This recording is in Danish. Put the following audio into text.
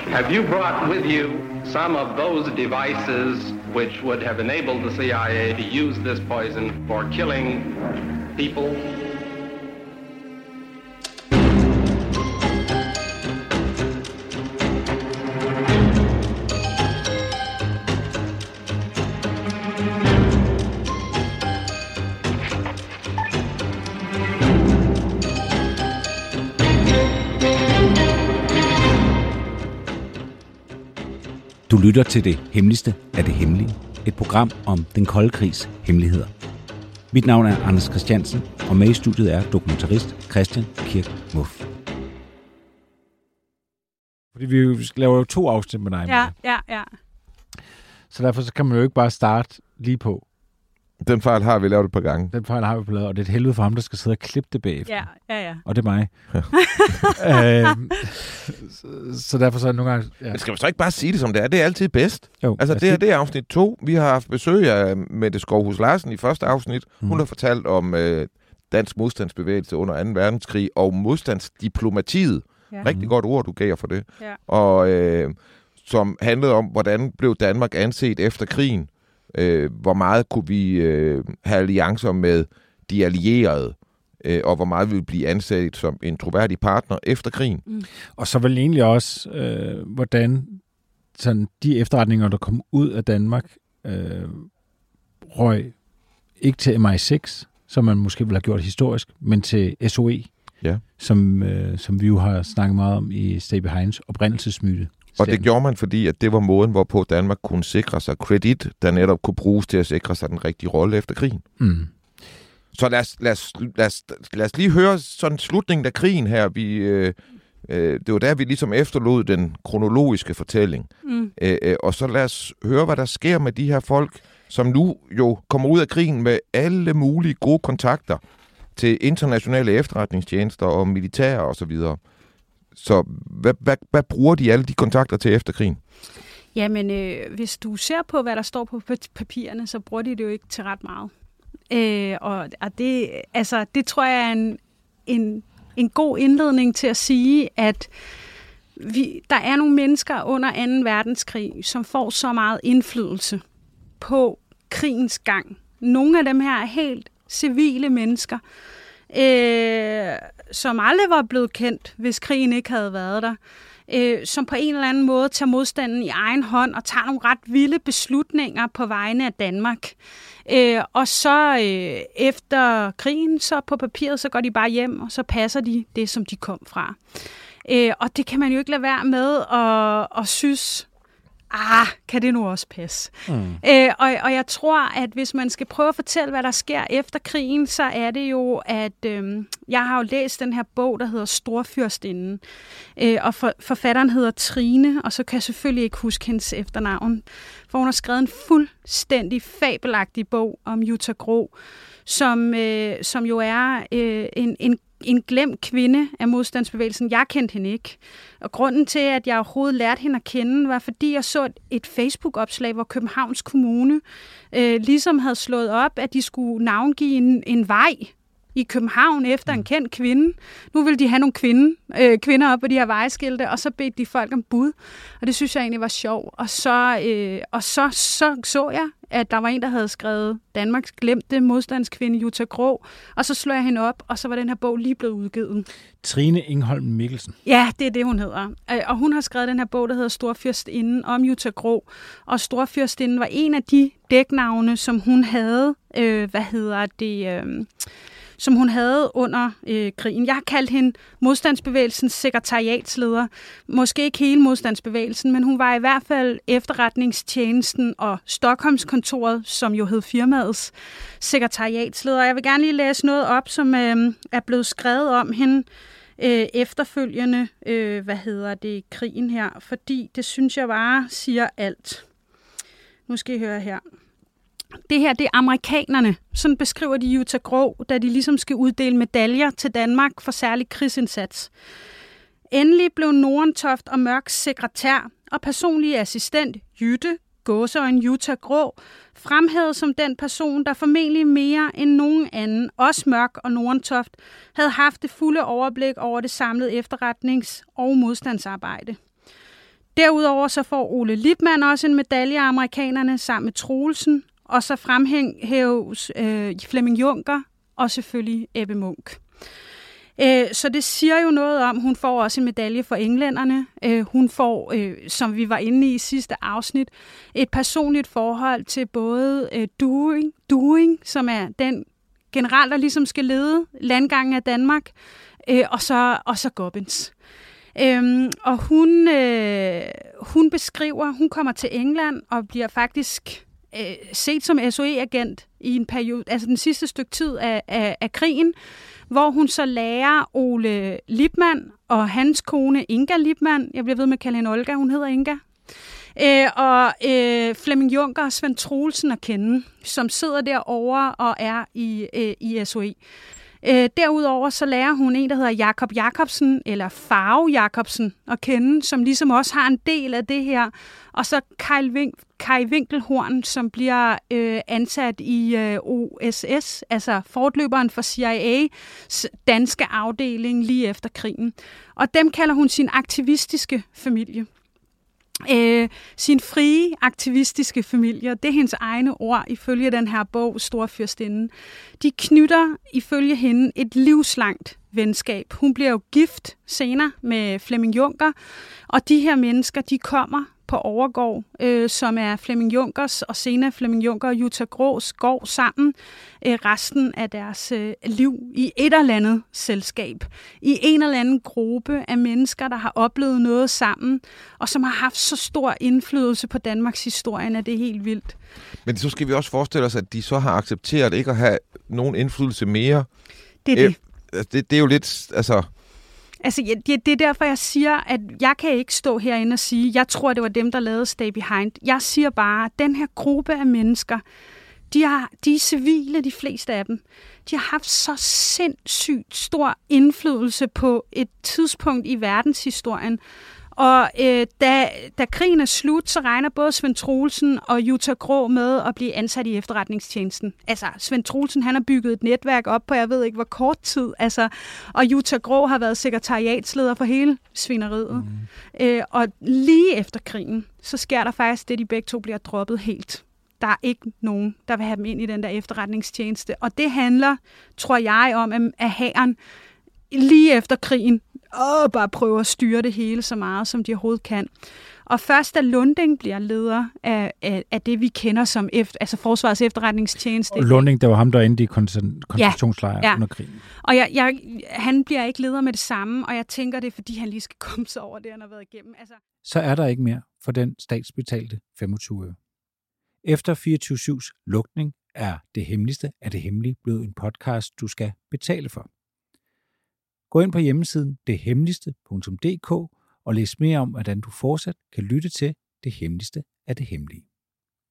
Have you brought with you some of those devices which would have enabled the CIA to use this poison for killing people? Du lytter til det hemmeligste af det hemmelige. Et program om den kolde krigs hemmeligheder. Mit navn er Anders Christiansen, og med i studiet er dokumentarist Christian Kirk Muff. Fordi vi laver jo 2 afsnit med dig. Ja. Så derfor så kan man jo ikke bare starte lige på. Den fejl har vi lavet et par gange. Den fejl har vi lavet, og det er et helvede for ham, der skal sidde og klippe det bagefter. Ja. Og det er mig. Så derfor så er det nogle gange... Ja. Men skal man så ikke bare sige det, som det er? Det er altid bedst. Jo, altså, det er afsnit 2. Vi har haft besøg af Mette Skovhus Larsen i første afsnit. Hun har fortalt om dansk modstandsbevægelse under 2. verdenskrig og modstandsdiplomatiet. Ja. Rigtig godt ord, du gav for det. Ja. Og som handlede om, hvordan blev Danmark anset efter krigen. Hvor meget kunne vi have alliancer med de allierede, og hvor meget vil blive ansat som en troværdig partner efter krigen. Og så vel egentlig også, hvordan sådan, de efterretninger, der kom ud af Danmark, røg ikke til MI6, som man måske ville have gjort historisk, men til SOE, som vi jo har snakket meget om i Stay Behinds oprindelsesmyte. Og det gjorde man, fordi at det var måden, hvorpå Danmark kunne sikre sig kredit, der netop kunne bruges til at sikre sig den rigtige rolle efter krigen. Så lad os lige høre sådan slutningen af krigen her. Det var der, vi ligesom efterlod den kronologiske fortælling. Og så lad os høre, hvad der sker med de her folk, som nu jo kommer ud af krigen med alle mulige gode kontakter til internationale efterretningstjenester og militære osv. Så hvad bruger de alle de kontakter til efter krigen? Jamen, hvis du ser på, hvad der står på papirerne, så bruger de det jo ikke til ret meget. Og det tror jeg er en god indledning til at sige, at der er nogle mennesker under 2. verdenskrig, som får så meget indflydelse på krigens gang. Nogle af dem her er helt civile mennesker, som aldrig var blevet kendt, hvis krigen ikke havde været der, som på en eller anden måde tager modstanden i egen hånd og tager nogle ret vilde beslutninger på vegne af Danmark. Og så efter krigen, så på papiret, så går de bare hjem, og så passer de det, som de kom fra. Og det kan man jo ikke lade være med at synes, kan det nu også passe? Og jeg tror, at hvis man skal prøve at fortælle, hvad der sker efter krigen, så er det jo, at jeg har jo læst den her bog, der hedder Storfyrstinden, og forfatteren hedder Trine, og så kan jeg selvfølgelig ikke huske hendes efternavn, for hun har skrevet en fuldstændig fabelagtig bog om Jutta Grå, som jo er en glemt kvinde af modstandsbevægelsen. Jeg kendte hende ikke. Og grunden til, at jeg overhovedet lærte hende at kende, var fordi jeg så et Facebook-opslag, hvor Københavns Kommune ligesom havde slået op, at de skulle navngive en vej i København efter en kendt kvinde. Nu ville de have nogle kvinder op på de her vejskilte, og så bedte de folk om bud. Og det synes jeg egentlig var sjovt. Og så jeg, at der var en, der havde skrevet Danmarks glemte modstandskvinde Jutta Grå, og så slog jeg hende op, og så var den her bog lige blevet udgivet. Trine Ingholm Mikkelsen. Ja, det er det, hun hedder. Og hun har skrevet den her bog, der hedder Storfyrstinden om Jutta Grå. Og Storfyrstinden var en af de dæknavne, som hun havde, som hun havde under krigen. Jeg har kaldt hende modstandsbevægelsens sekretariatsleder. Måske ikke hele modstandsbevægelsen, men hun var i hvert fald efterretningstjenesten og Stockholmskontoret, som jo hed firmaets sekretariatsleder. Jeg vil gerne lige læse noget op, som er blevet skrevet om hende efterfølgende, krigen her, fordi det synes jeg bare siger alt. Nu skal I høre her. Det her, det er amerikanerne. Sådan beskriver de Jutta Grå, da de ligesom skal uddele medaljer til Danmark for særlig krigsindsats. Endelig blev Nordentoft og Mørks sekretær og personlige assistent Jytte, gåseøjne Jutta Grå, fremhævet som den person, der formentlig mere end nogen anden, også Mørk og Nordentoft, havde haft det fulde overblik over det samlede efterretnings- og modstandsarbejde. Derudover så får Ole Lippmann også en medalje af amerikanerne sammen med Troelsen, og så fremhæves Flemming Juncker og selvfølgelig Ebbe Munch. Så det siger jo noget om, hun får også en medalje for englænderne. Hun får, som vi var inde i sidste afsnit, et personligt forhold til både Duing, som er den general, der ligesom skal lede landgangen af Danmark, og så Gobbins. Og hun beskriver, hun kommer til England og bliver faktisk set som SOE-agent i en periode, altså den sidste stykke tid af krigen, hvor hun så lærer Ole Lippmann og hans kone Inga Lippmann, jeg bliver ved med at kalde hende Olga, hun hedder Inga, og Flemming Juncker og Svend Troelsen at kende, som sidder derovre og er i SOE. Derudover så lærer hun en, der hedder Jakob Jakobsen, eller Farve Jakobsen at kende, som ligesom også har en del af det her. Og så Kai Winkelhorn, som bliver ansat i OSS, altså fortløberen for CIA's danske afdeling lige efter krigen. Og dem kalder hun sin aktivistiske familie. Sin frie, aktivistiske familie, det er hendes egne ord ifølge den her bog, Storfyrstinden. De knytter ifølge hende et livslangt venskab. Hun bliver jo gift senere med Flemming Juncker, og de her mennesker, de kommer på Overgård, som er Flemming Junckers, og senere Flemming Juncker og Jutta Grås går sammen resten af deres liv i et eller andet selskab. I en eller anden gruppe af mennesker, der har oplevet noget sammen, og som har haft så stor indflydelse på Danmarks historie, at det er helt vildt. Men så skal vi også forestille os, at de så har accepteret ikke at have nogen indflydelse mere. Det er det. Det er jo lidt, altså... Altså, det er derfor, jeg siger, at jeg kan ikke stå herinde og sige, jeg tror, det var dem, der lavede Stay Behind. Jeg siger bare, at den her gruppe af mennesker, de er civile, de fleste af dem. De har haft så sindssygt stor indflydelse på et tidspunkt i verdenshistorien. Og da krigen er slut, så regner både Svend Troelsen og Jutta Grå med at blive ansat i efterretningstjenesten. Altså, Svend Troelsen, han har bygget et netværk op på, jeg ved ikke, hvor kort tid. Altså, og Jutta Grå har været sekretariatsleder for hele svineriet. Og lige efter krigen, så sker der faktisk det, de begge to bliver droppet helt. Der er ikke nogen, der vil have dem ind i den der efterretningstjeneste. Og det handler, tror jeg, om, at hæren lige efter krigen bare prøver at styre det hele så meget, som de overhovedet kan. Og først da Lunding bliver leder af det, vi kender som altså Forsvarets efterretningstjeneste. Og Lunding, der var ham, der endte i koncentrationslejre under krigen. Og han bliver ikke leder med det samme, og jeg tænker, det er, fordi han lige skal komme sig over det, han har været igennem. Altså... Så er der ikke mere for den statsbetalte 25 øre. Efter 24/7's lukning er Det Hemmeligste af det Hemmelige blevet en podcast, du skal betale for. Gå ind på hjemmesiden dethemmeligste.dk og læs mere om, hvordan du fortsat kan lytte til Det Hemmeligste af det Hemmelige.